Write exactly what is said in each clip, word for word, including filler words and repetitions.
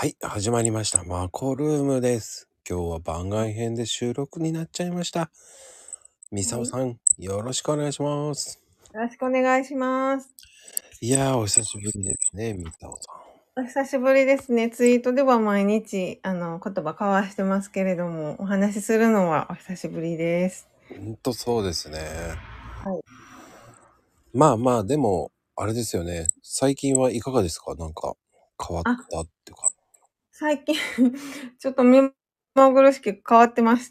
はい、始まりました。マコルームです。今日は番外編で収録になっちゃいました。みさはい。 おさん、よろしくお願いします。 よろしくお願いします。 いやー、お久しぶりですね、みさおさお久しぶりですね。ツイートでは毎日、あの、言葉交わしてますけれども、お話しするのはお久しぶりです。 ん。ほんとそうですね。 はい。 まあまあ、でも、あれですよね。最近はいかがですか？なんか、変わっあ、 たっていうか。 最近ちょっと目まぐるしく変わってまして、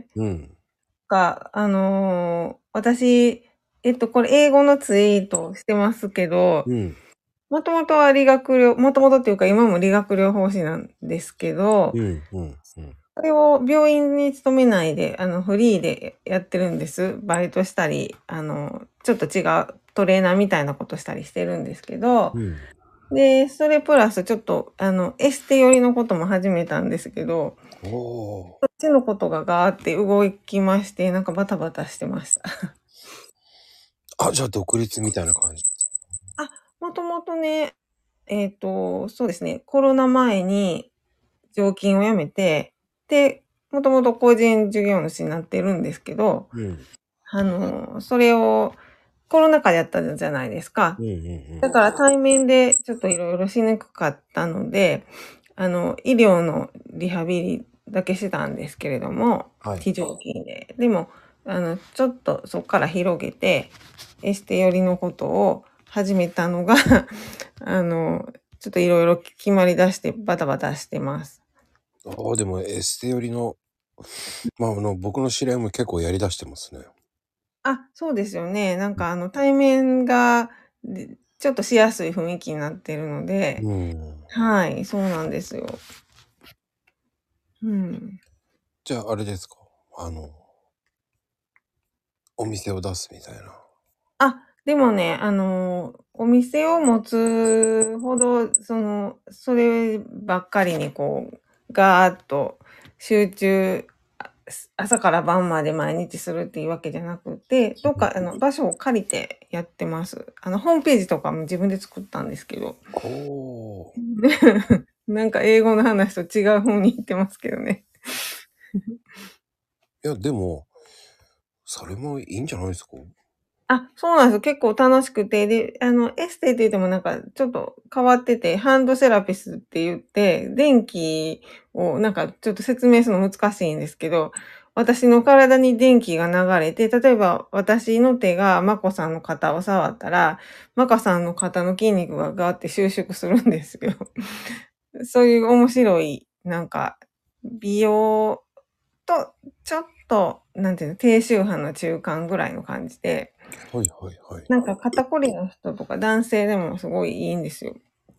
うん。 が、あのー私、えっと、これ英語のツイートをしてますけど、 うん。 もともとは理学療、もともとっていうか今も理学療法士なんですけど、 うん。うん。うん。 それを病院に勤めないで、あの、フリーでやってるんです。バイトしたり、あの、ちょっと違うトレーナーみたいなことしたりしてるんですけど、 うん。 で、それプラスちょっと、あの、エステ寄りのことも始めたんですけど、 おー。 そっちのことがガーって動きまして、なんかバタバタしてました。 あ、じゃあ独立みたいな感じ。 あ、もともとね、えっと、そうですね、コロナ前に常勤を辞めて、で、もともと個人事業主になってるんですけど、 うん。 あの、それをコロナ禍でやったじゃないですか。 うん。うん。 だから対面でちょっといろいろしにくかったので、あの、医療のリハビリだけしてたんですけれども、 はい。 非常勤で。でも、あの、ちょっとそこから広げて、エステ寄りのことを始めたのがあの、ちょっといろいろ決まり出してバタバタしてます。 ああ、でもエステ寄りの、まあ、あの、僕の知り合いも結構やりだしてますね。 あ、そうですよね。なんかあの対面が、でちょっとしやすい雰囲気になってるので、 うん。 はい、そうなんですよ。うん。 じゃあ、あれですか。あの、お店を出すみたいな。 あ、でもね、あの、お店を持つほど、その、そればっかりにこう、ガーッと集中、あす朝から晩まで毎日するっていうわけじゃなくて、どっかあの場所を借りてやってます。あのホームページとかも自分で作ったんですけど。 おー。 なんか英語の話と違う方に行ってますけどね。 いや、でも、それもいいんじゃないですか。 あ、そうなんですよ。結構楽しくて、で、あの、エステって言ってもなんかちょっと変わってて、ハンドセラピスって言って、電気をなんかちょっと説明するの難しいんですけど、私の体に電気が流れて、例えば私の手がマコさんの肩を触ったら、マコさんの肩の筋肉がガーって収縮するんですよ。そういう面白い、なんか、美容とちょっと、なんていうの、低周波の中間ぐらいの感じで、 はいはいはい。 なんか肩こりの人とか男性でもすごいいいんですよ。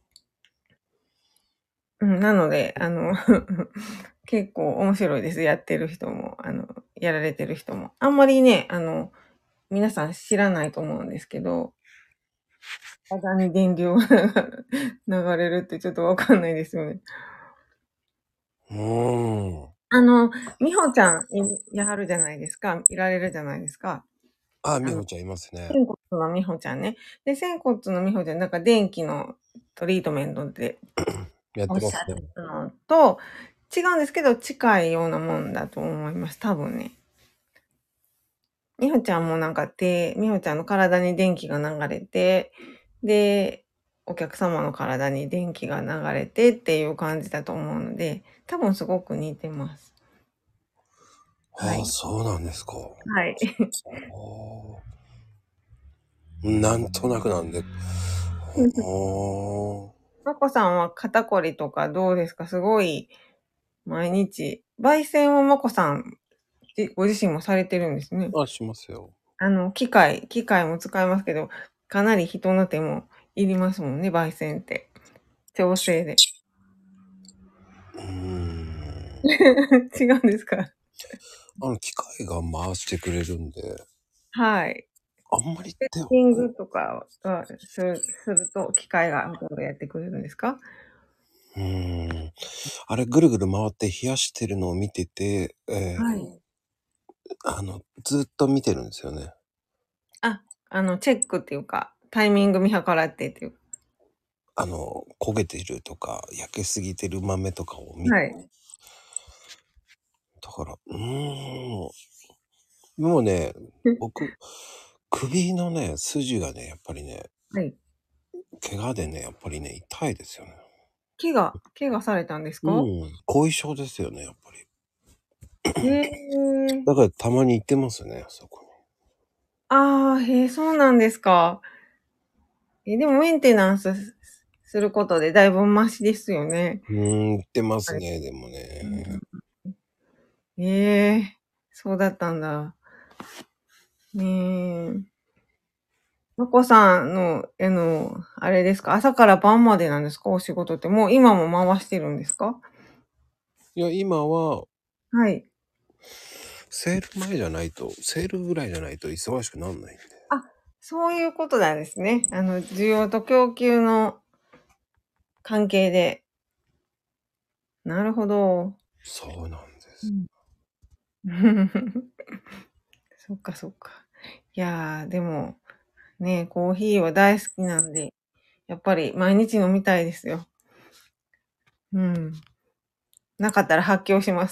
うん、なので、あの結構面白いです。やってる人も、あの、やられてる人も。あんまりね、あの、皆さん知らないと思うんですけど、体に電流が流れるってちょっとわかんないですよね。 うーん。 あの、みほちゃんいやはるじゃないですか。いられるじゃないですか。 あ、 あの、 みほちゃんいますね。 仙骨のみほちゃんね。で、仙骨のみほちゃん、なんか電気のトリートメントでやっおっしゃてますね。 るのと、違うんですけど、近いようなもんだと思います。多分ね。みほちゃんもなんか手、みほちゃんの体に電気が流れて、で、お客様の体に電気が流れてっていう感じだと思うので、多分すごく似てます。はああ、 い。 そうなんですか。 はい。 あー、なんとなくなんで。あー。 まこさんは肩こりとかどうですか？すごい毎日。焙煎をまこさん、じご自身もされてるんですね。 あ、しますよ。 あの、機械機械も使いますけど、かなり人の手もいりますもんね、焙煎って。調整で。 うーん。 違うんですか？ あの、機械が回してくれるんで、 はい。 あんまり手を、 セッティングとかはするすると、機械がほとんどやってくれるんですか？ うーん。あれ、ぐるぐる回って冷やしてるのを見てて、えーはい。 あの、ずっと見てるんですよね。 あ、あの、チェックっていうか、タイミング見計らってっていう。 あの、焦げてるとか、焼けすぎてる豆とかを見、 はい。 だから、うーん。でもね、僕、首のね、筋がね、やっぱりね、 はい。 怪我でね、やっぱりね、痛いですよね。 怪我怪我されたんですうか？ ん。後遺症ですよね、やっぱり。 へえ。 だからたまに行ってますね、そこに。 ああ、へえ、そうなんですか。え、でもメンテナンスすすることでだいぶマシですよね。 うーん、行ってまはい。 すね、でもうん、 ね。 ええ、そうだったんだ。ねえ。まこさんの、あの、あれですか、朝から晩までなんですか？お仕事って。もう今も回してるんですか？ いや、今は、 はい。 セール前じゃないと、セールぐらいじゃないと忙しくなんないんで。 あ、そういうことなんですね。あの、需要と供給の関係で。なるほど。 そうなんです。 うん。そっかそっか。いや、でも、ね、コーヒーは大好きなんで、やっぱり毎日飲みたいですよ。うん。なかったら発狂します。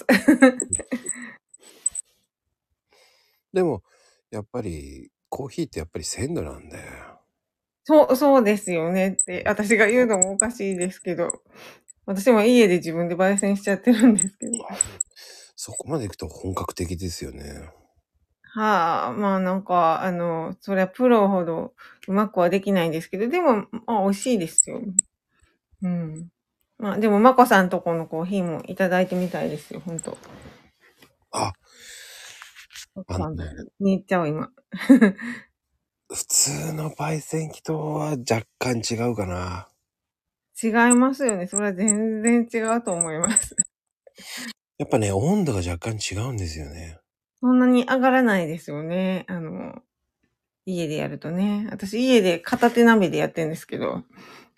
でも、やっぱり、コーヒーってやっぱり鮮度なんで、 そう、そうですよねって、私が言うのもおかしいですけど、私も家で自分で焙煎しちゃってるんですけど。 そこまで行くと本格的ですよね。 はあ、まあなんか、あの、そりゃプロほどうまくはできないんですけど、でも、まあ、美味しいですよ。うん。まあでも、まこさんとこのコーヒーもいただいてみたいですよ、ほんと。 あ、 まこあのね、 さんとこに行っちゃう、今。 普通の焙煎機とは若干違うかな。 違いますよね。それは全然違うと思います。 やっぱね、温度が若干違うんですよね。 そんなに上がらないですよね。あの、家でやるとね。私家で片手鍋でやってんですけど、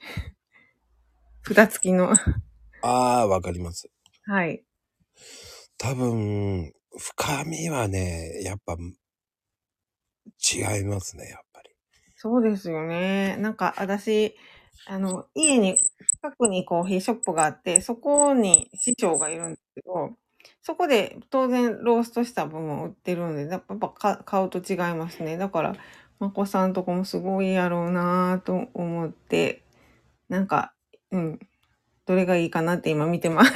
蓋付きの。 ああ、わかります。 はい。 多分、深みはね、やっぱ違いますね、やっぱり。 そうですよね。なんか私、あの、家に近くにコーヒーショップがあって、そこに師匠がいるんですけど、そこで当然ローストした分を売ってるんで、やっぱやっぱか買うと違いますね。だから、まこさんとこもすごいやろうなと思って、なんか、うん、どれがいいかなって今見てます。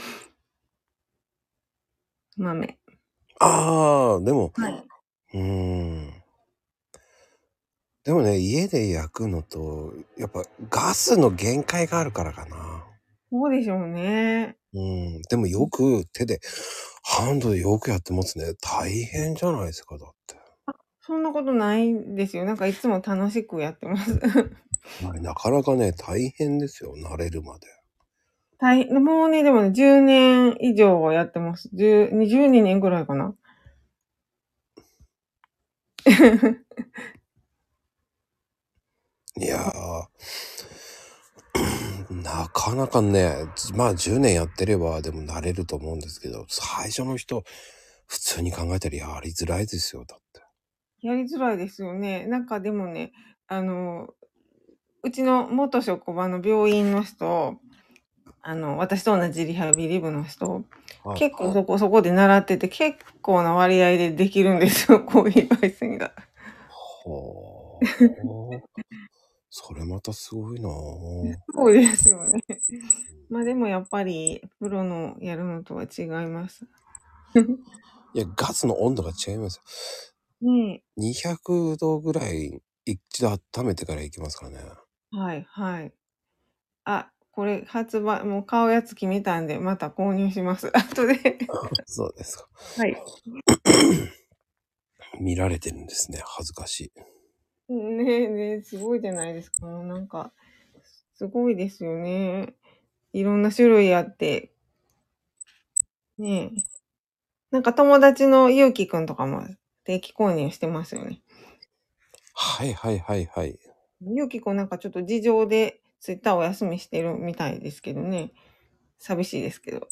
豆。 ああ、でも、 はい。 うーん。でもね、家で焼くのと、やっぱガスの限界があるからかな。 そうでしょうね。 うん。でもよく手で、ハンドでよくやってますね。大変じゃないですか、だって。 そんなことないんですよ。なんかいつも楽しくやってます。 あれなかなかね、大変ですよ、慣れるまで。 大変、もうね、でもね、じゅうねん以上はやってます。じゅう、にじゅうにねんぐらいかな。 いやー、なかなかね、まあじゅうねんやってればでも慣れると思うんですけど、最初の人、普通に考えたらやりづらいですよ、だって。 やりづらいですよね。なんかでもね、あの、うちの元職場の病院の人、あの、私と同じリハビリ部の人、 はい。 結構そこそこで習ってて、結構な割合でできるんですよ、コーヒー焙煎が。 ほー。それまたすごいなぁ。 すごいですよね。まあでもやっぱり、プロのやるのとは違います。 いや、ガスの温度が違いますよ。 ねにひゃくどぐらい一度温めてからいきますからね。 え。はいはい。あ、これ発売、もう買うやつ決めたんで、また購入します。後で。 そうですか。 はい。 見られてるんですね。恥ずかしい。 ねえねえ、すごいじゃないですか。もうなんか、すごいですよね。いろんな種類あって。ねえ。なんか友達のゆうきくんとかも定期購入してますよね。 はいはいはいはい。 ゆうきくんなんかちょっと事情でツイッターお休みしてるみたいですけどね。寂しいですけど。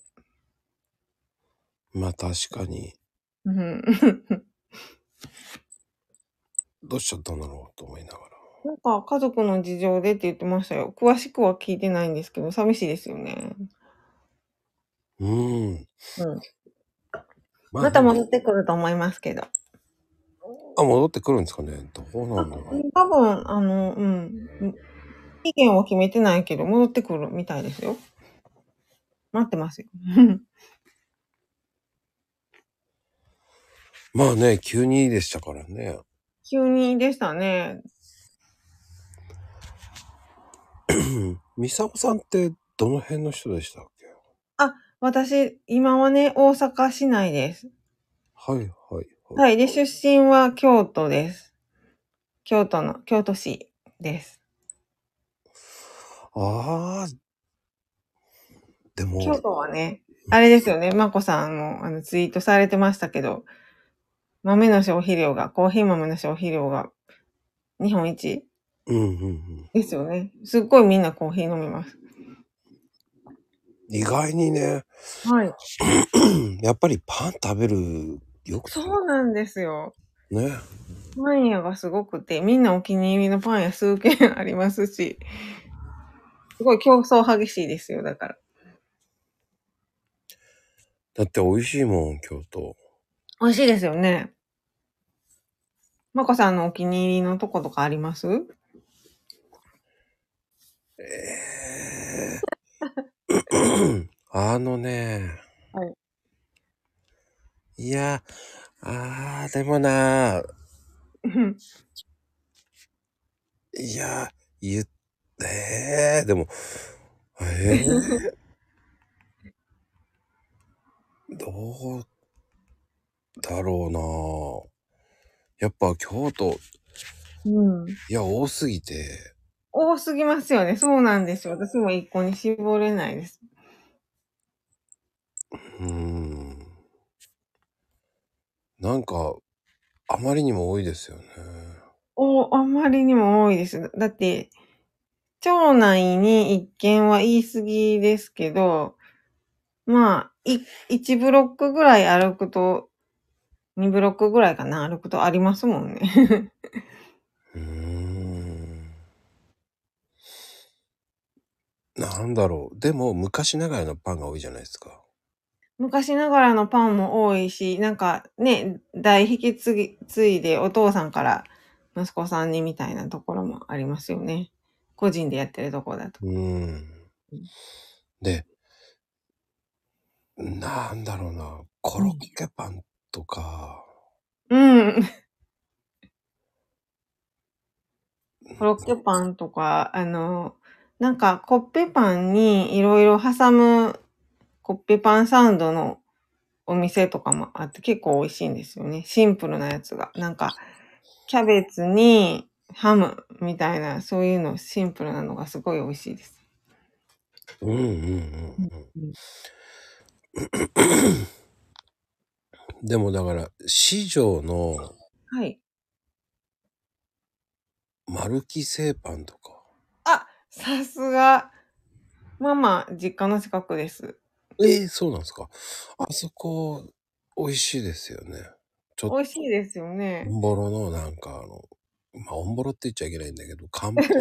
まあ確かに、 うん。 どうしちゃったんだろうと思いながら。 なんか家族の事情でって言ってましたよ。詳しくは聞いてないんですけど、寂しいですよね。 うーん。 うん。 まあでも、 また戻ってくると思いますけど。 あ、戻ってくるんですかね。どうなんだろう。 多分、あの、うん。期限は決めてないけど、戻ってくるみたいですよ。待ってますよ。 まあね、急にでしたからね。 急にでしたね。 ミサオさんってどの辺の人でしたっけ？ あ、私、今はね、大阪市内です。 はいはいはい。 はい。で、出身は京都です。京都の、京都市です。 ああ、でも、 京都はね、あれですよね。まこさんもあのツイートされてましたけど、豆の消費量が、コーヒー豆の消費量が日本一うんうんうん。 ですよね。すっごいみんなコーヒー飲みます。 意外にね、 はい。 やっぱりパン食べる、よく食そうなんですよ。 べね。 パン屋がすごくて、みんなお気に入りのパン屋数軒ありますし、すごい競争激しいですよ、だから。 だって美味しいもん、京都。 美味しいですよね。まこさんのお気に入りのとことかあります？ ええあのね、 はい。 いや、あー、でもな、いや、言って、でも、えー、どうだろうな。やっぱ京都、 うん。 いや、多すぎて、 多すぎますよね。そうなんですよ。私も一個に絞れないです。 うーん、なんか、あまりにも多いですよね。 お、あまりにも多いです。だって、町内に一軒は言い過ぎですけど、まあ、い、いちブロックぐらい歩くと、にブロックぐらいかな、歩くとありますもんね。 うーん、なんだろう。でも、昔ながらのパンが多いじゃないですか。 昔ながらのパンも多いし、なんかね、代引き継ぎ、継いでお父さんから息子さんにみたいなところもありますよね。個人でやってるところだと。 うーん。で、なんだろうな。コロッうん。 ケパンとか、 うん。コロッケパンとか、あの、なんかコッペパンにいろいろ挟むコッペパンサウンドのお店とかもあって結構美味しいんですよね。シンプルなやつが。なんか、キャベツにハムみたいな、そういうのシンプルなのがすごい美味しいです。 うんうんうんううんん。 うん。 でもだから、四条のはい。 マルキ製パンとか。 あ、さすが。ママ、実家の近くです。 ええ、そうなんですか。あそこ、美味しいですよね。ちょっと、 美味しいですよね。 オンボロのなんかあの、まあ、オンボロって言っちゃいけないんだけど、看板、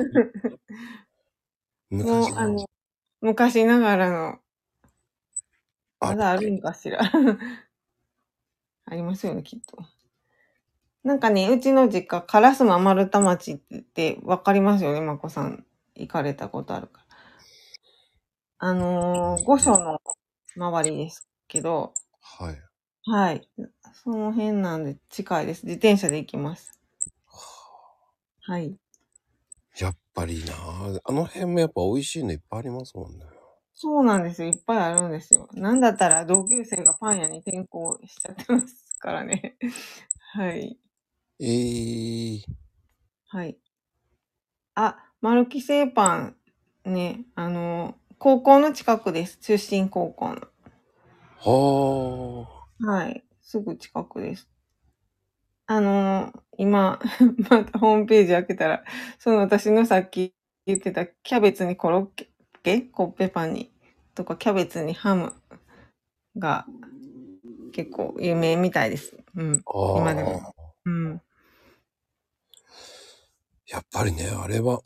もう、 昔のあの、昔ながらの、 あれ、 まだあるんかしら。ありますよね、きっと。なんかね、うちの実家、烏丸丸太町って言って分かりますよね、まこさん。行かれたことあるから。あのー、御所の周りですけど、 はい。 はい。その辺なんで近いです。自転車で行きます。はい。 やっぱりなあ、あの辺もやっぱ美味しいのいっぱいありますもんね。 そうなんですよ。いっぱいあるんですよ。なんだったら同級生がパン屋に転校しちゃってますからね。はい。 ええ、 はい。あ、マルキ製パン、ね、あの、高校の近くです。出身高校の。 はあ。 はい。すぐ近くです。あの、今、またホームページ開けたら、その私のさっき言ってたキャベツにコロッケ、コッペパンに、とかキャベツにハムが結構有名みたいです。うん。今でも。 ああ。 うん。 やっぱりね、あれは、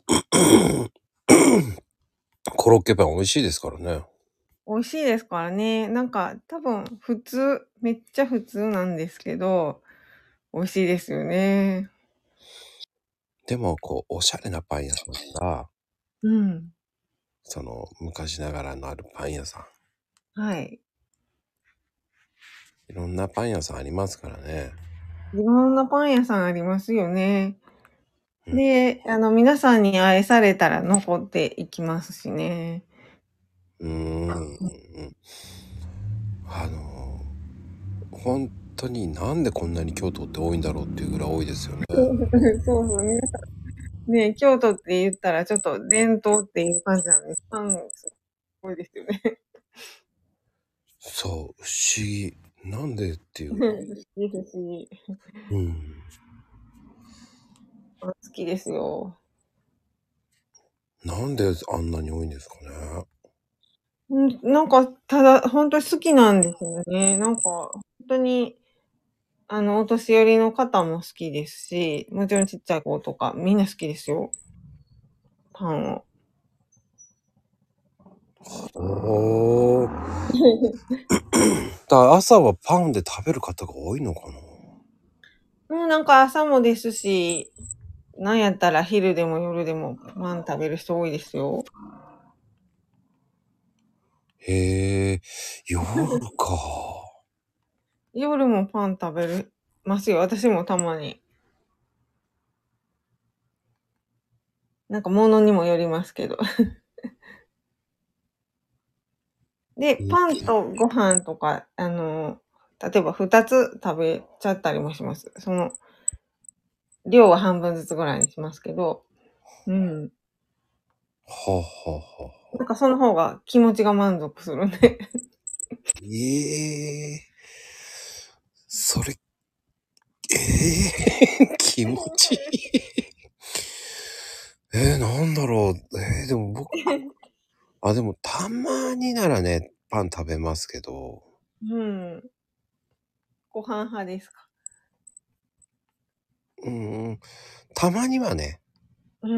コロッケパン美味しいですからね。 美味しいですからね。なんか多分普通、めっちゃ普通なんですけど、美味しいですよね。 でも、こう、おしゃれなパン屋さんが、 うん。 その、昔ながらのあるパン屋さはい。 ん。いろんなパン屋さんありますからね。 いろんなパン屋さんありますよね。 うん。 で、あの、皆さんに愛されたら残っていきますしね。 うーん。あの、本当になんでこんなに京都って多いんだろうっていうぐらい多いですよね。 そうそう、皆さん、ね、京都って言ったらちょっと伝統っていう感じなんです。パン、すごいですよね。 そう、不思議。なんでっていう。 不思議不思議。 うん。 好きですよ。 なんであんなに多いんですかね。 うん、なんか、ただ、本当に好きなんですよね。なんか、本当に、あの、お年寄りの方も好きですし、もちろんちっちゃい子とか、みんな好きですよ。パンを。 おー。だから朝はパンで食べる方が多いのかな。 もうなんか朝もですし、なんやったら昼でも夜でもパン食べる人多いですよ。 へえ、夜か。 夜もパン食べるますよ。私もたまに。なんか物にもよりますけど。で、パンとご飯とか、あの、例えば二つ食べちゃったりもします。その、量は半分ずつぐらいにしますけど、うん。 はあ、はあはあ、 なんかその方が気持ちが満足するんで。 ええ、それ、ええ気持ちいい。えー、なんだろう。えー、でも僕、あ、でもたまにならね、パン食べますけど、 うん。ご飯派ですか？ うーん、たまにはね、 うん。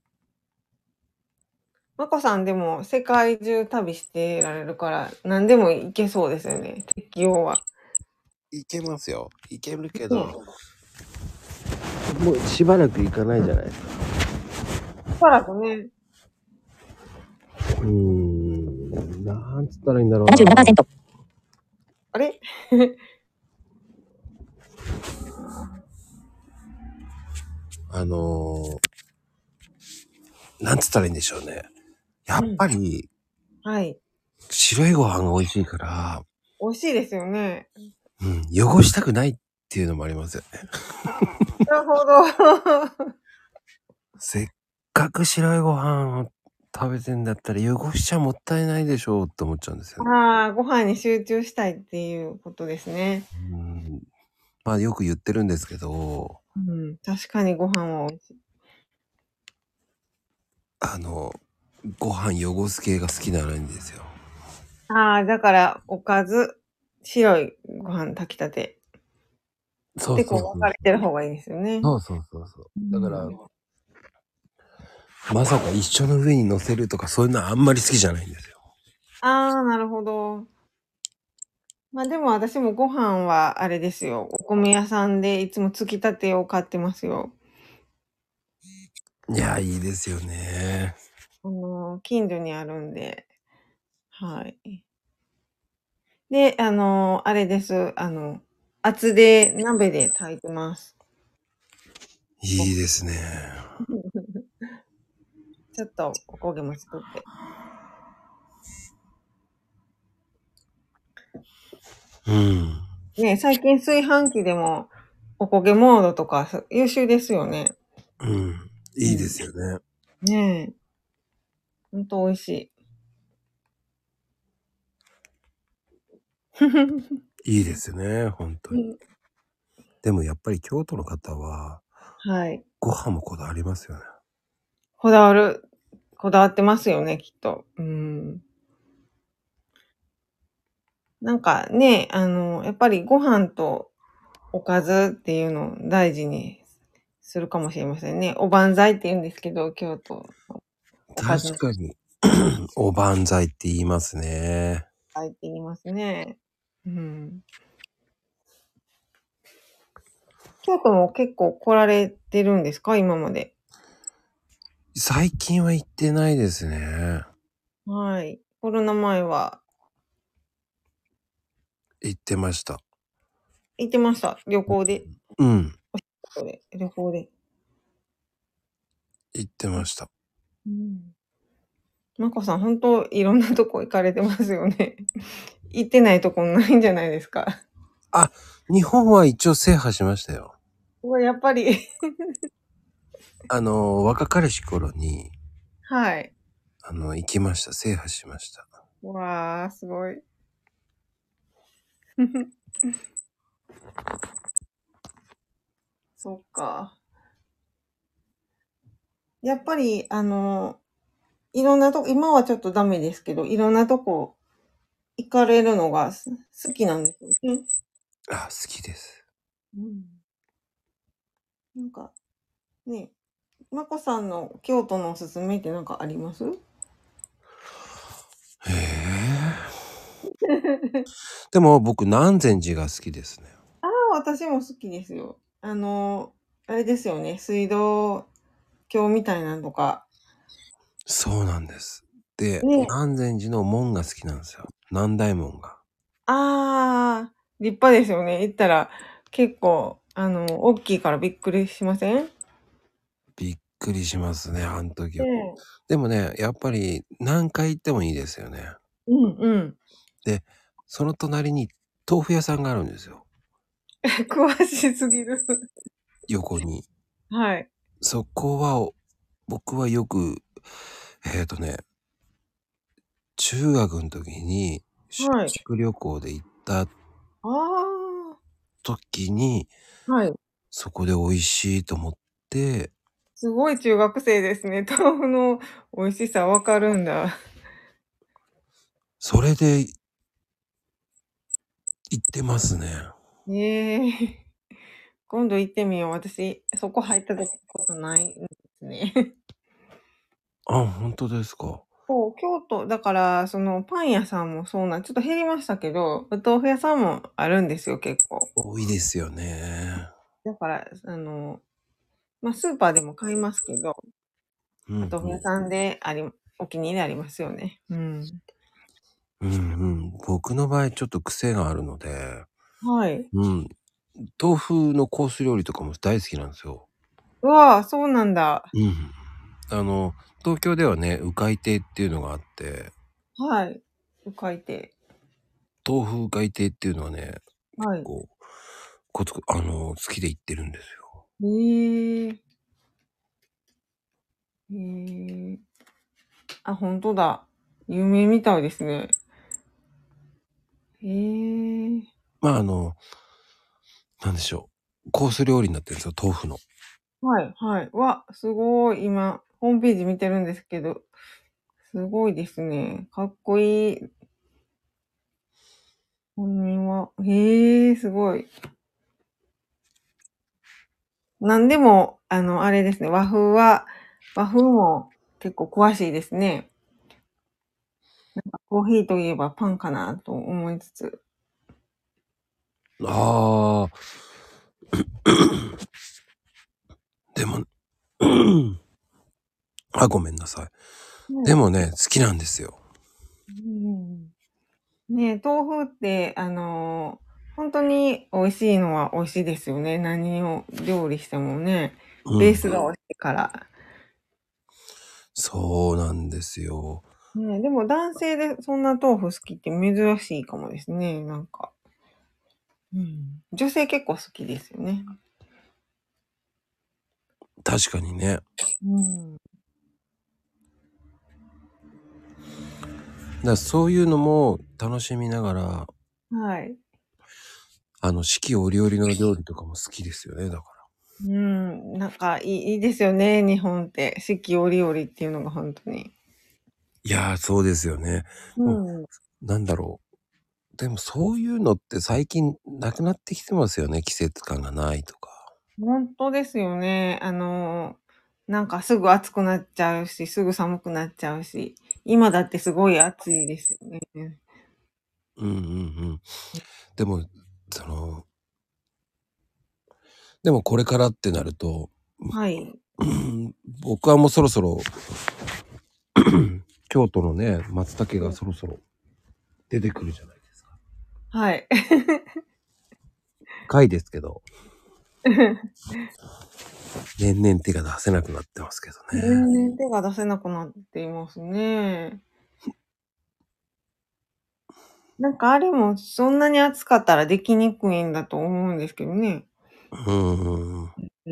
まこさんでも世界中旅してられるから、何でもいけそうですよね、適用は。 いけますよ。いけるけど、 ね。 もうしばらく行かないじゃないですか。 しばらくね。 うーん、なんつったらいいんだろうななじゅうななパーセンな。 ト。 あれあのー、なんつったらいいんでしょうね。やっうん。 ぱり、 はい。 白いご飯が美味しいから、 美味しいですよね。 うん、汚したくないっていうのもありますよね。 なるほど。 せっかく白いご飯を食べてんだったら汚しちゃもったいないでしょうって思っちゃうんですよね。 ああ、ご飯に集中したいっていうことですね。 うん、まあよく言ってるんですけど、 うん、確かにご飯は美味しい。 あの、ご飯汚す系が好きならないんですよ。 ああ、だからおかず、白いご飯炊きたてそうでこう分そうそう。 かれてる方がいいですよね。 そうそうそうそう。 うだから、 ん。 まさか一緒の上に乗せるとかそういうのはあんまり好きじゃないんですよ。 ああ、なるほど。まあでも私もご飯はあれですよ。お米屋さんでいつもつきたてを買ってますよ。 いや、いいですよね。 あの、近所にあるんで。はい。で、あの、あれです。あの、厚で鍋で炊いてます。 いいですね。 ちょっとおこげも作って。 うん。 ね、最近炊飯器でもおこげモードとかす優秀ですよね。 うん。いいでうん。 すよね。 ねえ、ほんと美味しい。 いいですよね。本当に。 うん。 でもやっぱり京都の方は、 はい。 ご飯もこだわりますよね。 こだわるこだわってますよね、きっと。うん。なんかね、あの、やっぱりご飯とおかずっていうのを大事にするかもしれませんね。おばんざいって言うんですけど、京都のおかずの確かに。おばんざいって言いますね。 はいって言いますね。うん。京都も結構来られてるんですか今まで。 最近は行ってないですね。 はい。コロナ前は行ってました。 行ってました。旅行で。 うん。 旅行で。 行ってました。 うん。まこさん、本当いろんなとこ行かれてますよね。行ってないとこないんじゃないですか。 あ、日本は一応制覇しましたよ。 うわやっぱりあの、若かりし頃に、 はい。 あの、行きました。制覇しました。 わー、すごい。そっか。やっぱり、あの、いろんなとこ、今はちょっとダメですけど、いろんなとこ行かれるのがす好きなんですよね。 あ、好きです。 うん。なんか、ね、まこさんの京都のおすすめってなんかあります？ へえ。でも僕、南禅寺が好きですね。 ああ、私も好きですよ。あの、あれですよね、水道橋みたいなのとか。 そうなんです。で、 ね。 南禅寺の門が好きなんですよ。南大門が。 ああ、立派ですよね。行ったら結構、あの、大きいからびっくりしません？ びっくりしますね、あの時は。 ええ。 でもね、やっぱり何回行ってもいいですよね。 うんうん。 で、その隣に豆腐屋さんがあるんですよ。 詳しすぎる。 横に。 はい。 そこは、僕はよく、えっとね、中学の時に修はい。 学旅行で行ったああ、 時に、 はい。 そこで美味しいと思って、 すごい中学生ですね。豆腐の美味しさわかるんだ。 それで行ってますね。 ええ。今度行ってみよう。私、そこ入ったことないんですね。 あ、本当ですか。 そう、京都、だから、そのパン屋さんもそうなん、ちょっと減りましたけど、お豆腐屋さんもあるんですよ、結構。 多いですよね。 だから、あの、まあ、スーパーでも買いますけど、 うんお豆腐屋さんであり、お気に入りありますよね。うん。 うん。うんうん。僕の場合ちょっと癖があるので、 はい。 うん。豆腐のコース料理とかも大好きなんですよ。 うわあ、そうなんだ。 うん。あの、東京ではね、鵜飼亭っていうのがあって、 はい。書いて。 豆腐鵜飼亭っていうのはね、 はい。 こう、コツコあの、好きで行ってるんですよ。 へえ。へえ。あ、ほんとだ。有名みたいですね。へえ。 まあ、あの、なんでしょう。コース料理になってるんですよ、豆腐の。 はいはい。わ、すごい。今、ホームページ見てるんですけど、すごいですね。かっこいい。本人は。へえ、すごい。なんでも、あの、あれですね。和風は、和風も結構詳しいですね。コーヒーといえばパンかなと思いつつ。 ああ、でも、あ、ごめんなさい。でねもね、好きなんですよ。 うん。ね、豆腐って、あのー本当に美味しいのは美味しいですよね。何を料理してもね。ベーうん。 スが美味しいから。 そうなんですよ。 ね、でも男性でそんな豆腐好きって珍しいかもですね。なんか。うん。女性結構好きですよね。 確かにね。 うん。 だからそういうのも楽しみながら、 はい。 あの、四季折々の料理とかも好きですよね、だから。 うん。なんかいいいいですよね。日本って。四季折々っていうのが本当に。 いやー、そうですよね。 うもん。 う、なんだろう。でもそういうのって最近なくなってきてますよね。季節感がないとか。 ほんとですよね。あの、なんかすぐ暑くなっちゃうし、すぐ寒くなっちゃうし、今だってすごい暑いですよね。 うんうんうん。でも、その、でもこれからってなると、 はい。 僕はもうそろそろ京都のね、松茸がそろそろ出てくるじゃないですか。 はい。 高いですけど、年々手が出せなくなってますけどね。 年々手が出せなくなっていますね。なんかあれもそんなに暑かったらできにくいんだと思うんですけどね。 うーん。 うん。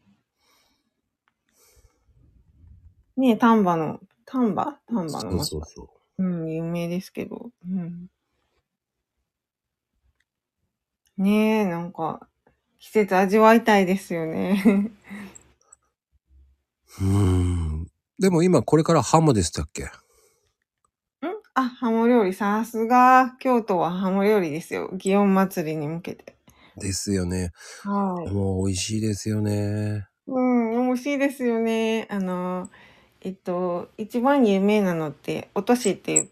ねえ、丹波の、丹波丹波のそう松そうそうん、有名ですけど。うん。ねえ、なんか、季節味わいたいですよね。 う。うーん。でも今これからハモでしたっけ？ んあ、ハモ料理。さすが、京都はハモ料理ですよ。祇園祭りに向けて。 ですよね。 はい。 もう美味しいですよね。 うん、美味しいですよね。あの、えっと、一番有名なのって、おとしって言って、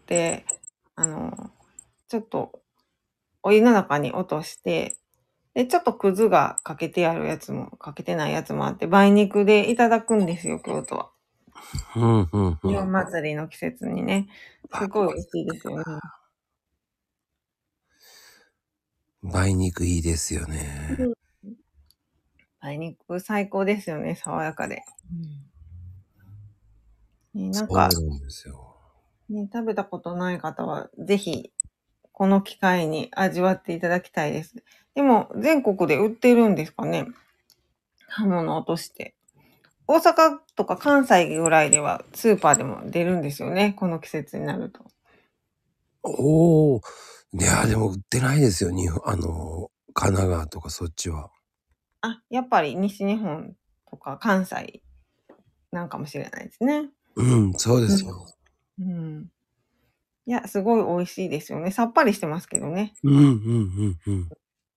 あの、ちょっとお湯の中に落として、で、ちょっとくずがかけてあるやつも、かけてないやつもあって、梅肉でいただくんですよ、京都は。 うんうんうん。 祇園祭りの季節にね。すごい美味しいですよね。 梅肉いいですよね。 うん。梅肉最高ですよね、爽やかで。うん。ね、なんか、 そうなんですよ。 ね、食べたことない方は、ぜひ、この機会に味わっていただきたいです。でも、全国で売ってるんですかね？刃物落として。大阪とか関西ぐらいではスーパーでも出るんですよね、この季節になると。 おお。いや、でも売ってないですよ。にほあの、神奈川とかそっちは。 あ、やっぱり西日本とか関西なんかもしれないですね。 うん、そうですよ。 うん。うん。いや、すごい美味しいですよね。さっぱりしてますけどね。 うんうんうんうん。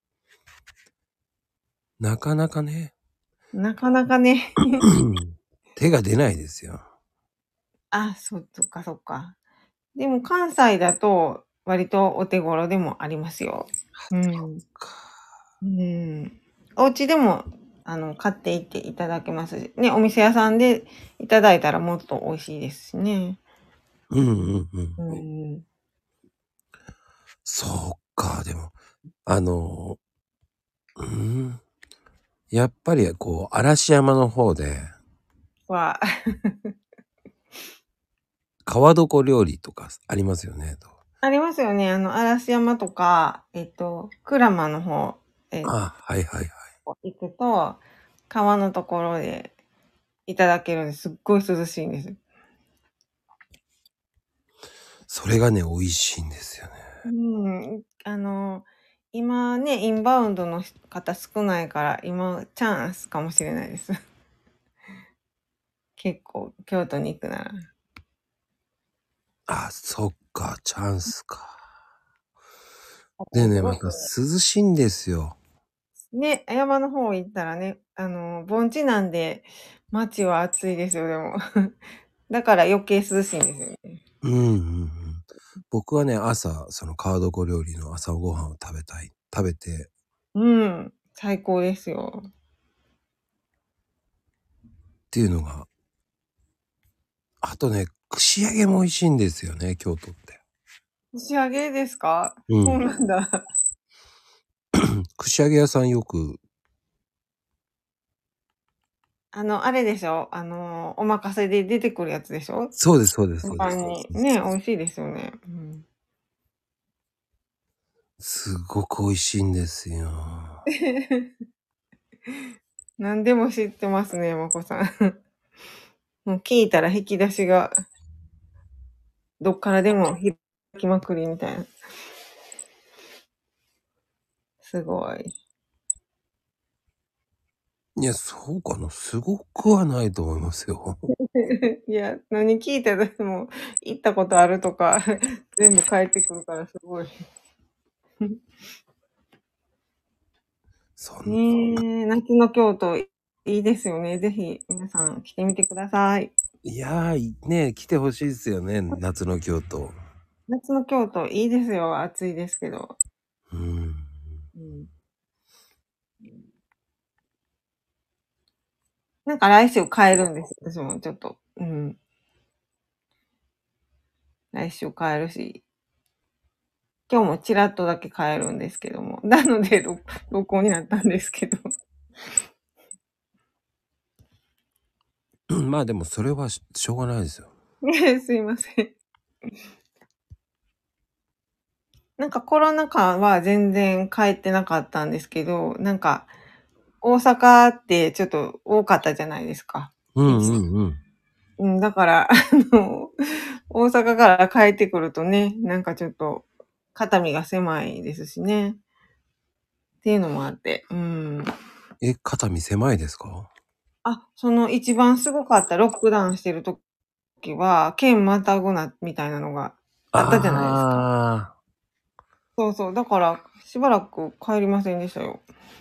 なかなかね、 なかなかね。 手が出ないですよ。 あ、そっかそっか。でも関西だと割とお手頃でもありますよ。うん。うん。お家でも、あの、買っていっていただけますし、ね、お店屋さんでいただいたらもっと美味しいですしね。 うんうんうん。 うん。 そうか、でも、あの、うーん、やっぱりこう、嵐山の方で、 は、 川床料理とかありますよね、と。 ありますよね。あの、嵐山とか、えっと、鞍馬の方、え、 あ、はいはいはい。 行くと、川のところでいただけるんです。すっごい涼しいんです。 それがね、美味しいんですよね。 うん。あの、今ね、インバウンドの方少ないから、今チャンスかもしれないです。結構、京都に行くなら。 あ、そっか、チャンスか。 あでね、またとすごく涼しいんですよ。 ね、山の方行ったらね、あの、盆地なんで、街は暑いですよ、でも。だから余計涼しいんですよね。 うんうんうん。僕はね、朝、その川床料理の朝ごはんを食べたい。食べて、 うん、最高ですよ。 っていうのが、あとね、串揚げも美味しいんですよね、京都って。 仕上げですか？そううん。 なんだ。 串揚げ屋さんよく、 あの、あれでしょ？あの、お任せで出てくるやつでしょ？ そうですそうです一そうです。 般に。ね、美味しいですよね。うん。 すごく美味しいんですよ。 何でも知ってますね、まこさん。もう聞いたら引き出しがどっからでも開きまくりみたいな。すごい。 いや、そうかな。すごくはないと思いますよ。 いや、何聞いたらもう行ったことあるとか全部返ってくるからすごい。 そんねえ、夏の京都いいですよね。ぜひ皆さん来てみてください。 いやー、ね、来てほしいですよね、夏の京都。 夏の京都いいですよ。暑いですけど。 うん。 うん、なんか来週帰るんです。私もちょっと。うん。来週帰るし。今日もちらっとだけ帰るんですけども。なので、録録音になったんですけど。 まあでもそれはししょうがないですよ。 ねえ、すいません。なんかコロナ禍は全然帰ってなかったんですけど、なんか大阪ってちょっと多かったじゃないですか。 うん一うんうん。 うん、だから、あの、大阪から帰ってくるとね、なんかちょっと肩身が狭いですしね。っていうのもあって。うん。 え、肩身狭いですか？ あ、その一番すごかったロックダウンしてる時は、県またぐなみたいなのがあったじゃないですか。 あそうそう。だから、しばらく帰りませんでしたよ。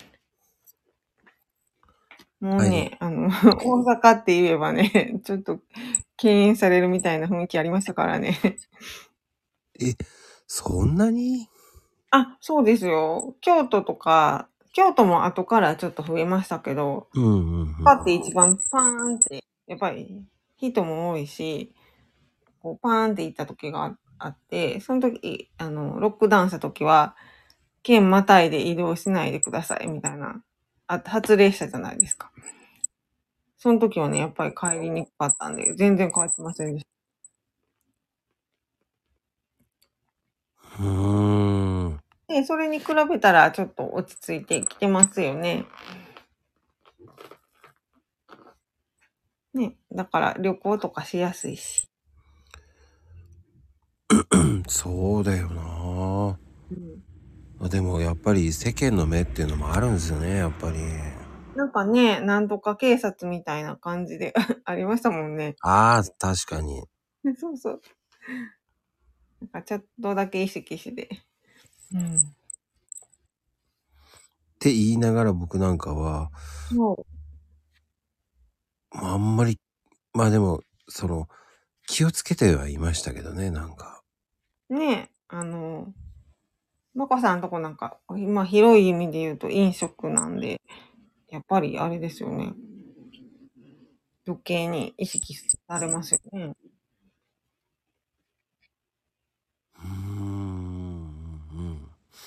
もあ、はい。 うね、あの、大阪って言えばね、ちょっと敬遠されるみたいな雰囲気ありましたからね。 え、そんなに？ あ、そうですよ。京都とか、京都も後からちょっと増えましたけど、 うんうんうん。 パって一番パーンって、やっぱり人も多いし、こうパーンって行った時があって、その時、あの、ロックダウンした時は、県またいで移動しないでくださいみたいな、あ発令したじゃないですか。その時はね、やっぱり帰りにくかったんで、全然帰ってませんでした。 うーん。 で、それに比べたらちょっと落ち着いてきてますよね。ね、だから旅行とかしやすいし。 そうだよな。 うん。 あ、でもやっぱり世間の目っていうのもあるんですよね、やっぱり。 なんかね、なんとか警察みたいな感じでありましたもんね。 ああ、確かに。っそうそう。なんかちょっとだけ意識して。うん。 て言いながら僕なんかは、 そまあ、あんまり、まあでも、その、気をつけてはいましたけどね、なんか。 う。ねえ、あの、まこさんとこなんか、今広い意味で言うと飲食なんで、やっぱりあれですよね。余計に意識されますよね。 うーん、うん。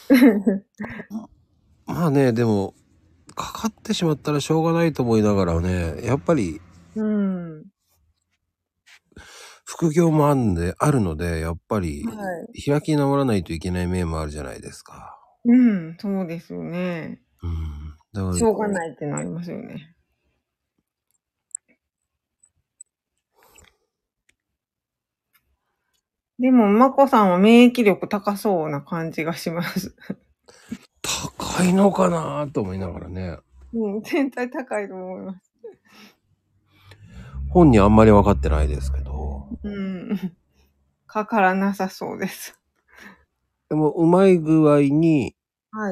まあね、でも、かかってしまったらしょうがないと思いながらね、やっぱりうん。 副業もあるんで、あるので、やっぱりはい。 開き直らないといけない面もあるじゃないですか。 うん、そうですよね。 うん。だから、 しょうがないってなりますよね。でも、まこさんは免疫力高そうな感じがします。 高いのかなと思いながらね。 うん、全体高いと思います。 本人あんまり分かってないですけど。 うん。かからなさそうです。 でも、うまい具合に、 はい。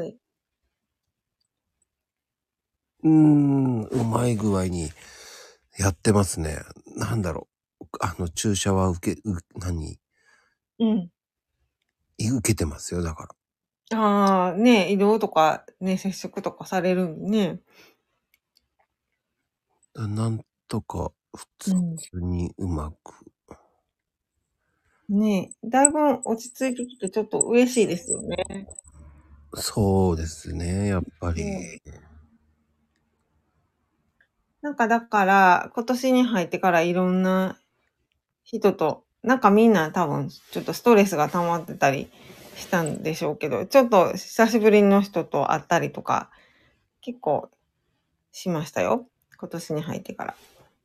うーん、うまい具合にやってますね。なんだろう。あの、注射は受け、う、何うん。 受けてますよ、だから。 ああ、ね、移動とかね、接触とかされるんでね。 だなんとか、普通うん。 にうまく。 ね、だいぶ落ち着いてきてちょっと嬉しいですよね。 そうですね、やっぱり。 うん。なんかだから、今年に入ってからいろんな人と、なんかみんな多分ちょっとストレスが溜まってたりしたんでしょうけど、ちょっと久しぶりの人と会ったりとか、結構しましたよ。今年に入ってから。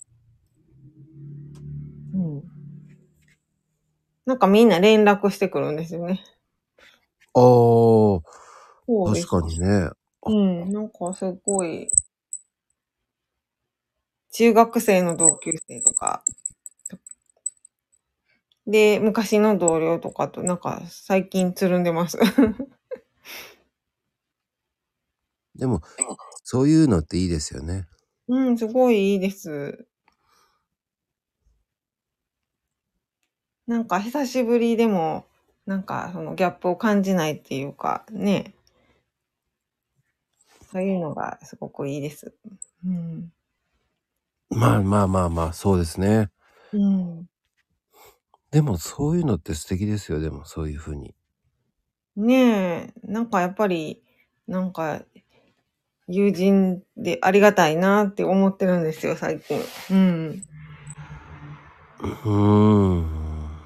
うん。なんかみんな連絡してくるんですよね。 ああ、確そうです。 かにね。 うん、なんかすごい、中学生の同級生とか、で、昔の同僚とかとなんか最近つるんでます。 でも、そういうのっていいですよね。 うん、すごいいいです。なんか久しぶりでも、なんかそのギャップを感じないっていうか、ね。そういうのがすごくいいです。うん。 まあまあまあまあ、そうですね。 うん。 でもそういうのって素敵ですよ、でもそういう風に。 ねえ、なんかやっぱり、なんか友人でありがたいなって思ってるんですよ、最近。うん。 うーん。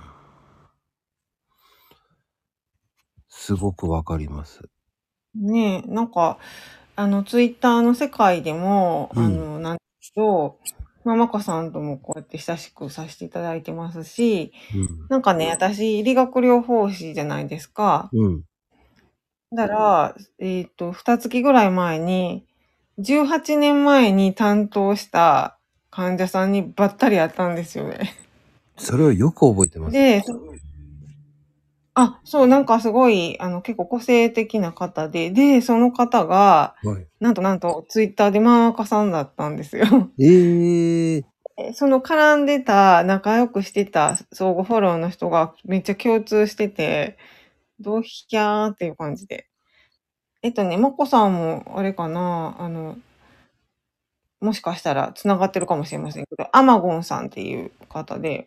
すごくわかります。 ねえ、なんか、あの、ツイッターの世界でも、 うん。 あの、なんですけど、まあ、まこさんともこうやって親しくさせていただいてますし、 うん。 なんかね、私、理学療法士じゃないですか。 うん。 だから、えっと、二月ぐらい前に、じゅうはちねんまえに担当した患者さんにばったり会ったんですよね。 それをよく覚えてます。 で、あ、そう、なんかすごい、あの、結構個性的な方で、で、その方が、 はい。 なんとなんと、ツイッターでマーカさんだったんですよ。 ええ。 えその絡んでた、仲良くしてた相互フォローの人がめっちゃ共通してて、どうひきゃーっていう感じで。えっとね、まこさんも、あれかな、あの、もしかしたら繋がってるかもしれませんけど、アマゴンさんっていう方で、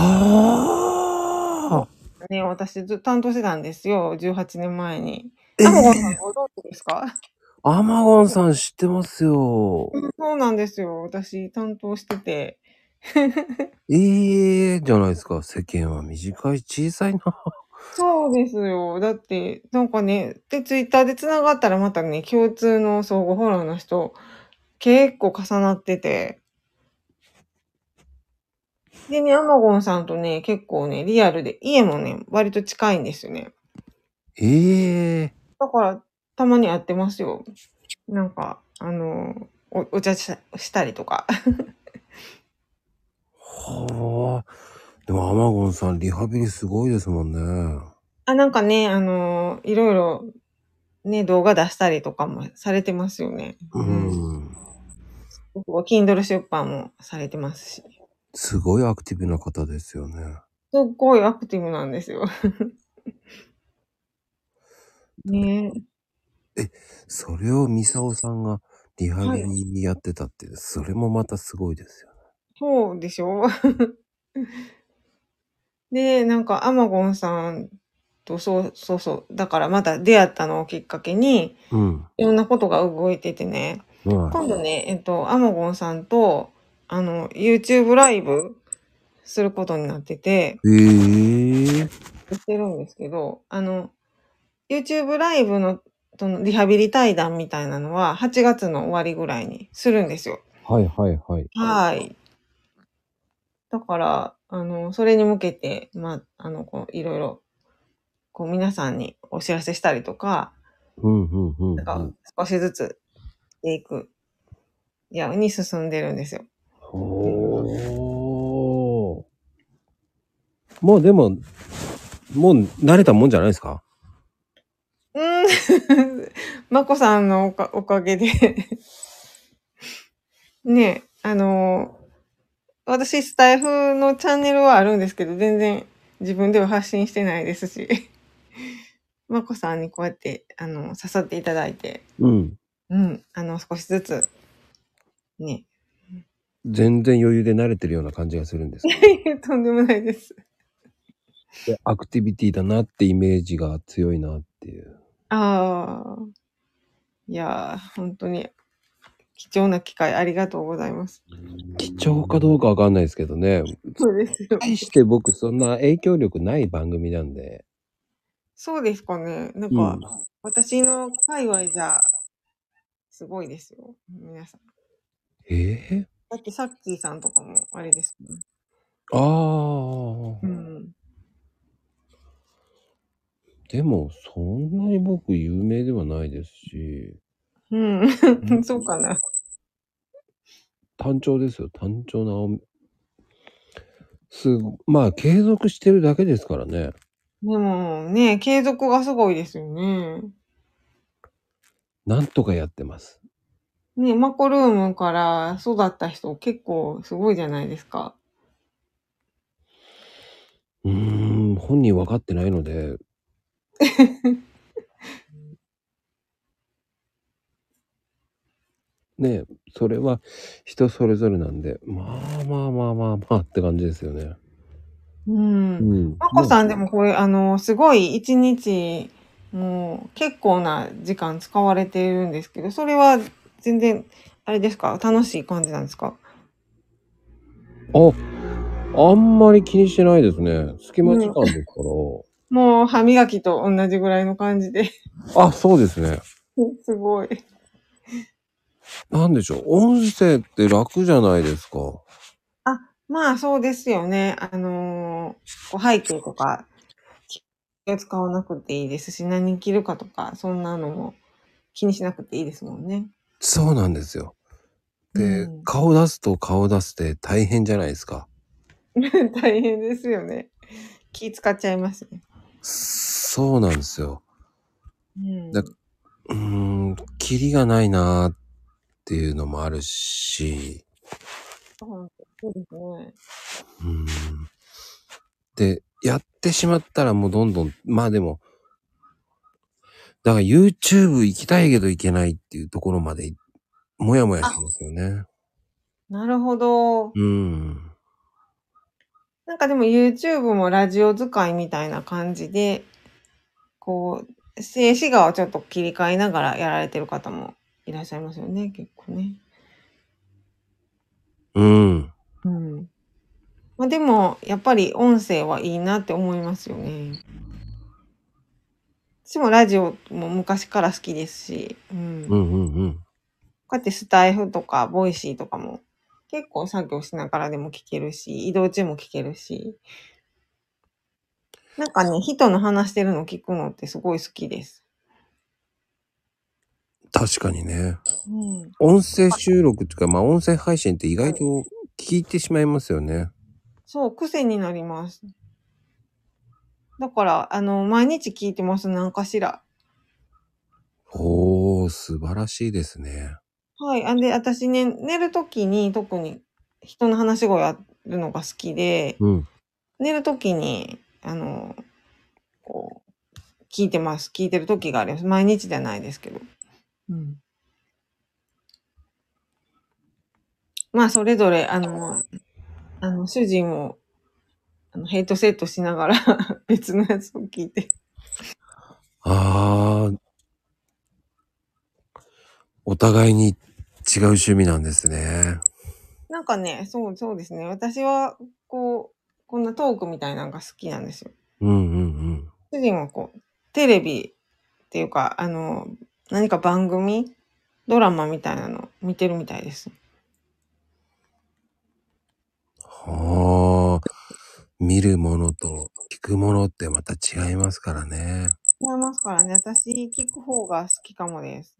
ああ。 ね、私ずっと担当してたんですよ、じゅうはちねんまえに。 えアマゴンさんえ。 ご存知ですか？ アマゴンさん知ってますよ。 うん、そうなんですよ。私担当してて。 ええじゃないですか。世間は短い、小さいな。 そうですよ。だって、なんかね、で、ツイッターで繋がったらまたね、共通の相互フォローの人、結構重なってて。でね、アマゴンさんとね、結構ね、リアルで、家もね、割と近いんですよね。 ええ。 だから、たまに会ってますよ。なんか、あの、おお茶したしたりとか。 はあ。でもアマゴンさんリハビリすごいですもんね。 あ、なんかね、あの、いろいろね、動画出したりとかもされてますよね。 ううん。 ん。 僕は Kindle 出版もされてますし。 すごいアクティブな方ですよね。 すっごいアクティブなんですよ。ねえ。 え、それをミサオさんがリハビはい。 リやってたって、それもまたすごいですよね。 そうでしょ？で、なんかアマゴンさんと、そうそうそう、だからまた出会ったのをきっかけに、 うん。 いろんなことが動いててね、 は今度ね、えっと、アマゴンさんと、あの、YouTube ライブすることになってて、 い。ええ。 してるんですけど、あの、YouTube ライブの、そのリハビリ対談みたいなのは、はちがつの終わりぐらいにするんですよ。 はいはいはい。 はい。だから、あの、それに向けて、まあ、あの、こう、いろいろ、こう、皆さんにお知らせしたりとか、 うんうんうんなんか、 うん。 少しずつしていくように進んでるんですよ。うん。 ほー。もうでも、もう慣れたもんじゃないですか？ うーん。まこさんのおかおかげでね、あの、私スタイフのチャンネルはあるんですけど、全然自分では発信してないですし、まこさんにこうやって、あの、誘っていただいて、 うん。 うん、あの、少しずつ、ね。 全然余裕で慣れてるような感じがするんですけど。 とんでもないです。 で、アクティビティだなってイメージが強いなっていう。 ああ、いやー、ほんとに貴重な機会ありがとうございます。 貴重かどうかわかんないですけどね。 そうですよ。 対して僕そんな影響力ない番組なんで。 そうですかね。なんか、 うん。 私の界隈じゃ、すごいですよ。皆さん。 ええ。 だってさっきーさんとかもあれですもん。 ああ。 うん。 でも、そんなに僕有名ではないですし。 うん。そうかな。 単調ですよ。単調なおすまあ、継続してるだけですからね。 でもね、継続がすごいですよね。 なんとかやってます。 ね、マコルームから育った人結構すごいじゃないですか。 うーん、本人分かってないので。ね、それは人それぞれなんで、まあまあまあまあまあって感じですよね。 うん。 うん。 マコまあ、 さんでもこれ、あの、すごい一日、もう結構な時間使われているんですけど、それは全然、あれですか、楽しい感じなんですか？ あ、あんまり気にしてないですね。隙間時うん。 間ですから。 もう歯磨きと同じぐらいの感じで。 あ、そうですね。 すごい。 なんでしょう。音声って楽じゃないですか。 あ、まあそうですよね。あの、こう背景とか気を使わなくていいですし、何着るかとか、そんなのも気にしなくていいですもんね。 そうなんですよ。で、 うん。 顔出すと顔出すって大変じゃないですか。 大変ですよね。気使っちゃいますね。 そうなんですよ。だうん。 うーん、キリがないなーっていうのもあるし、 そうそうですね。 うーん。で、やってしまったらもうどんどん、まあでも、だから YouTube 行きたいけど行けないっていうところまで、もやもやあ、 しますよね。 なるほど。 うーん。 なんかでも YouTube もラジオ使いみたいな感じで、こう、静止画をちょっと切り替えながらやられてる方もいらっしゃいますよね、結構ね。 うーん。 うん。まあでも、やっぱり音声はいいなって思いますよね。私もラジオも昔から好きですし、うん。 うんうんうん。 こうやってスタイフとか、ボイシーとかも結構作業しながらでも聞けるし、移動中も聞けるし、なんかね、人の話してるの聞くのってすごい好きです。 確かにね。 うん。 音声収録っていうか、まあ音声配信って意はい。 外と聞いてしまいますよね。 そう、癖になります。だから、あの、毎日聞いてます、なんかしら。 おー、素晴らしいですね。 はい。あ、で、私ね、寝る時に特に人の話し声あるのが好きで、 うん。 寝る時に、あの、こう、聞いてます。聞いてる時があります。毎日じゃないですけど。うん。まあ、それぞれ、あの、あの、主人も、あの、ヘイトセットしながら別のやつを聞いて。 あー、お互いに違う趣味なんですね。 なんかね、そう、そうですね。私は、こう、こんなトークみたいなのが好きなんですよ。 うんうんうん。 主人はこう、テレビっていうか、あの、何か番組ドラマみたいなの見てるみたいです。 はあ、見るものと聞くものってまた違いますからね。 違いますからね。私、聞く方が好きかもです。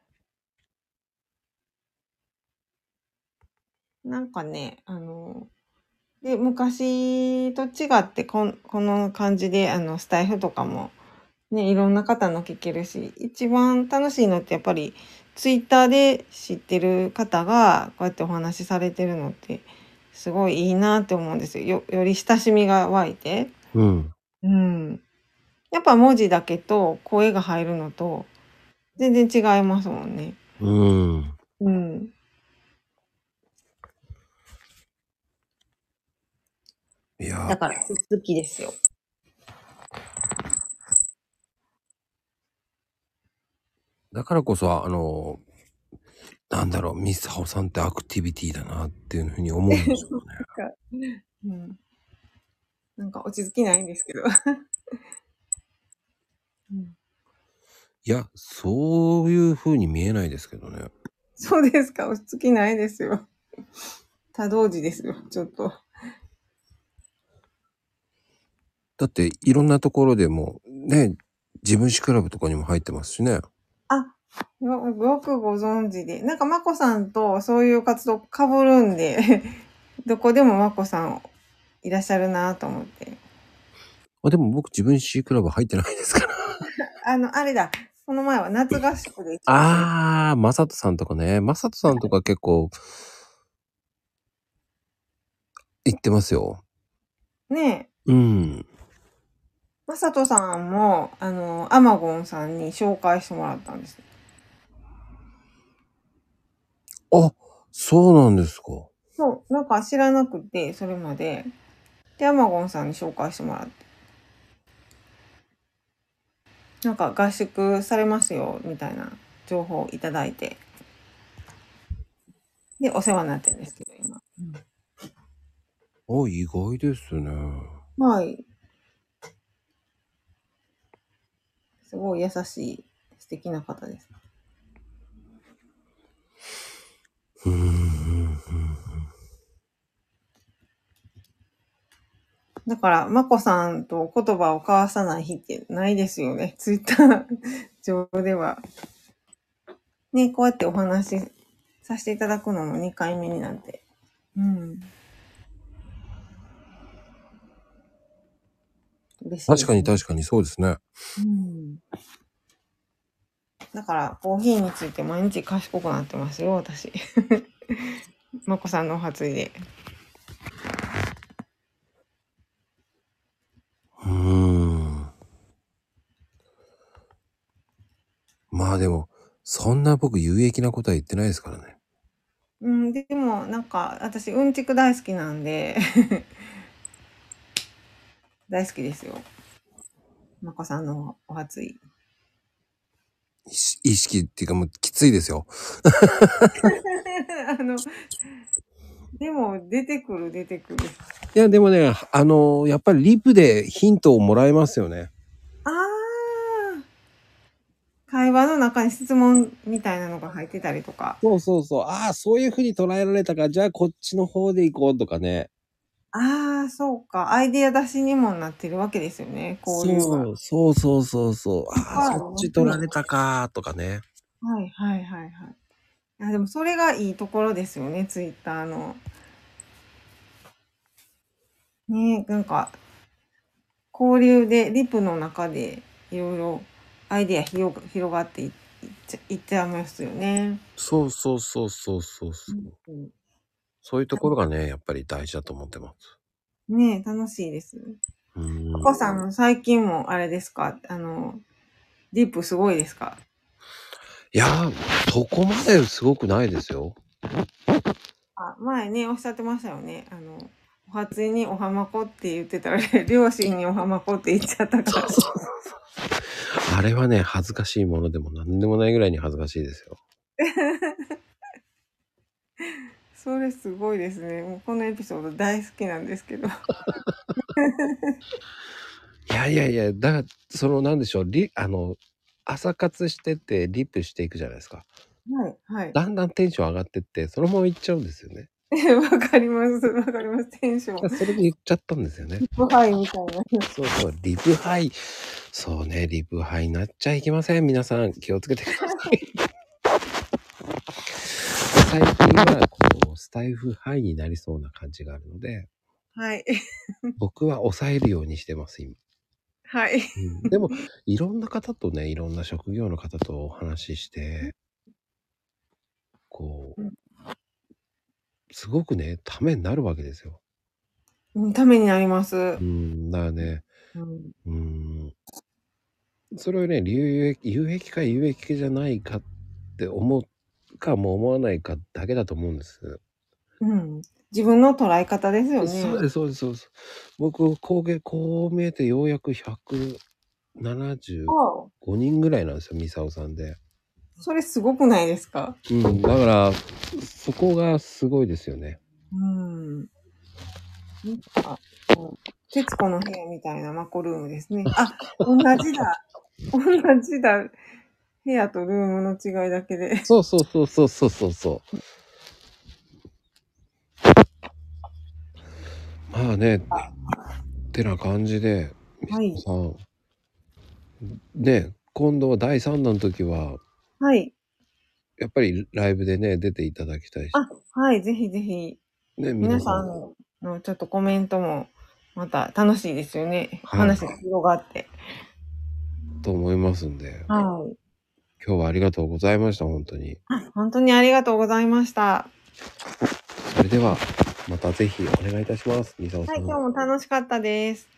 なんかね、あの、で、昔と違って、こんこの感じで、あの、スタイフとかも、ね、いろんな方の聞けるし、一番楽しいのってやっぱり、ツイッターで知ってる方が、こうやってお話しされてるのって、すごいいいなって思うんですよ。よより親しみが湧いて。 うん。 うん。やっぱ文字だけと声が入るのと、全然違いますもんね。 うん。 うん。 いや、 だから、好きですよ。 だからこそ、あの、なんだろう、ミスハオさんってアクティビティだなっていうふうに思うんでしょうかね。 かうん。なんか落ち着きないんですけど。うん。 いや、そういうふうに見えないですけどね。 そうですか、落ち着きないですよ。多動児ですよ、ちょっと。 だっていろんなところでも、ね、自分史クラブとかにも入ってますしね。 あ、よよくご存知で。なんかまこさんとそういう活動被るんで、どこでもまこさんいらっしゃるなと思って。 あ、でも僕自分史クラブ入ってないですから。 あの、あれだ。 その前は夏合宿で一応教えて。 あー、まさとさんとかね。まさとさんとか結構、行ってますよ。 ねうん。 え。まさとさんも、あの、アマゴンさんに紹介してもらったんです。 あ、そうなんですか。 そう、なんか知らなくて、それまで。で、アマゴンさんに紹介してもらって。なんか合宿されますよ、みたいな情報をいただいて。で、お世話になってるんですけど、今。 あ、意外ですね。 はい。すごい優しい、素敵な方です。 うーん。 だから、まこさんと言葉を交わさない日ってないですよね。ツイッター上では。ね、こうやってお話しさせていただくのもにかいめになんて。うん。嬉しい確ですね。 かに確かにそうですね。 うん。だから、コーヒーについて毎日賢くなってますよ、私。まこさんのお初いで。 うーん。まあでも、そんな僕有益なことは言ってないですからね。 うん、でも、なんか、私、うんちく大好きなんで、大好きですよ。まこさんのお初い。 意識意識っていうかもうきついですよ。 あの、でも、出てくる、出てくる。 いや、でもね、あの、やっぱりリプでヒントをもらえますよね。 ああ、会話の中に質問みたいなのが入ってたりとか。 そうそうそう。ああ、そういう風に捉えられたか。じゃあこっちの方で行こうとかね。 ああ、そうか。アイディア出しにもなってるわけですよね、交流が。 そう、そうそうそうそう。 いっああ、 ぱいあそっりますね。 ち取られたかとかね。 はいはいはいはい。いや、でもそれがいいところですよね、ツイッターの。ね、なんか、交流で、リプの中でいろいろアイディア広が広がっていっちゃいっちゃいますよね。 そうそうそうそうそうそう。 うん、 そういうところがね、やっぱり大事だと思ってます。 ねえ、楽しいです。 うーん。 お子さんの最近もあれですか、あの、リプすごいですか？ いやー、そこまですごくないですよ。 あ、前ね、おっしゃってましたよね。あの、お初におはまこって言ってたら、両親におはまこって言っちゃったから。 あれはね、恥ずかしいものでも何でもないぐらいに恥ずかしいですよ。 それすごいですね。もうこのエピソード大好きなんですけど。はいやいやいや、だから、そのなんでしょう、リ、あの、朝活してってリップしていくじゃないですか。 い、はい。 だんだんテンション上がってって、そのまま行っちゃうんですよね。 わかります。わかります。テンション。 それで言っちゃったんですよね。 はい、みたいな。 そうそう、リプハイ。そうね、リプハイになっちゃいけません。皆さん気をつけてください。最近は、こう、スタイフハイになりそうな感じがあるので、 はい。 僕は抑えるようにしてます、今。 はい。 うん、でも、いろんな方とね、いろんな職業の方とお話しして、こうんう、すごくね、ためになるわけですよ。 うん、ためになります。 うん、だからね、 うん。 うん、それをね、有益、有益か有益じゃないかって思うかも思わないかだけだと思うんです。 うん。自分の捉え方ですよね。 そうです、そうです、そうです。僕、こうげ、こう見えてようやくひゃくななじゅうああ、 ごにんぐらいなんですよ、ミサオさんで。 それすごくないですか？ うん、だから、そこがすごいですよね。 うん。なんか、うん、徹子の部屋みたいなマコルームですね。あ、同じだ。同じだ。部屋とルームの違いだけで。 そうそうそうそうそうそうそう。まあね、ってな感じで、ミサはい。 オさん、ね、今度はだいさんだんの時は、 はい。 やっぱりライブでね、出ていただきたいし、 あ、はい。ぜひぜひ、 ね、皆皆さん、 さんのちょっとコメントもまた楽しいですよね。 はい、 話が広がって。 と思いますんで、 はい。 今日はありがとうございました、本当に。 あ、本当にありがとうございました。 それでは、またぜひお願いいたします、みさおはい、 さん。 今日も楽しかったです。